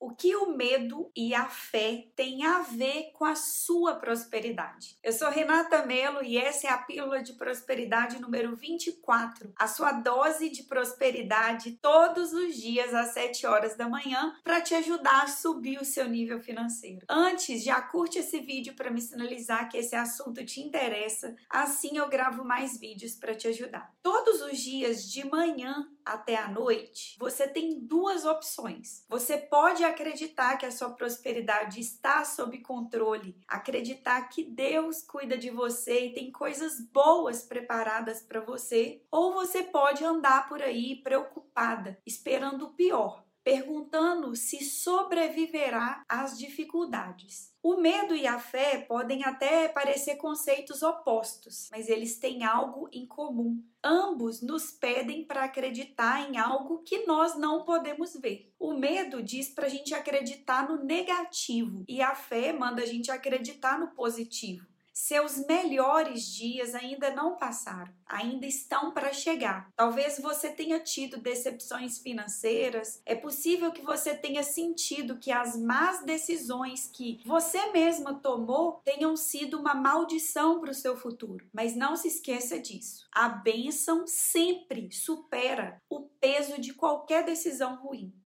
O que o medo e a fé têm a ver com a sua prosperidade? Eu sou Renata Mello e essa é a Pílula de Prosperidade número 24. A sua dose de prosperidade todos os dias às 7 horas da manhã para te ajudar a subir o seu nível financeiro. Antes, já curte esse vídeo para me sinalizar que esse assunto te interessa. Assim eu gravo mais vídeos para te ajudar. Todos os dias de manhã até a noite, você tem duas opções. Você pode acreditar que a sua prosperidade está sob controle, acreditar que Deus cuida de você e tem coisas boas preparadas para você, ou você pode andar por aí preocupada, esperando o pior, perguntando se sobreviverá às dificuldades. O medo e a fé podem até parecer conceitos opostos, mas eles têm algo em comum. Ambos nos pedem para acreditar em algo que nós não podemos ver. O medo diz para a gente acreditar no negativo e a fé manda a gente acreditar no positivo. Seus melhores dias ainda não passaram, ainda estão para chegar. Talvez você tenha tido decepções financeiras, é possível que você tenha sentido que as más decisões que você mesma tomou tenham sido uma maldição para o seu futuro. Mas não se esqueça disso. A bênção sempre supera o peso de qualquer decisão ruim.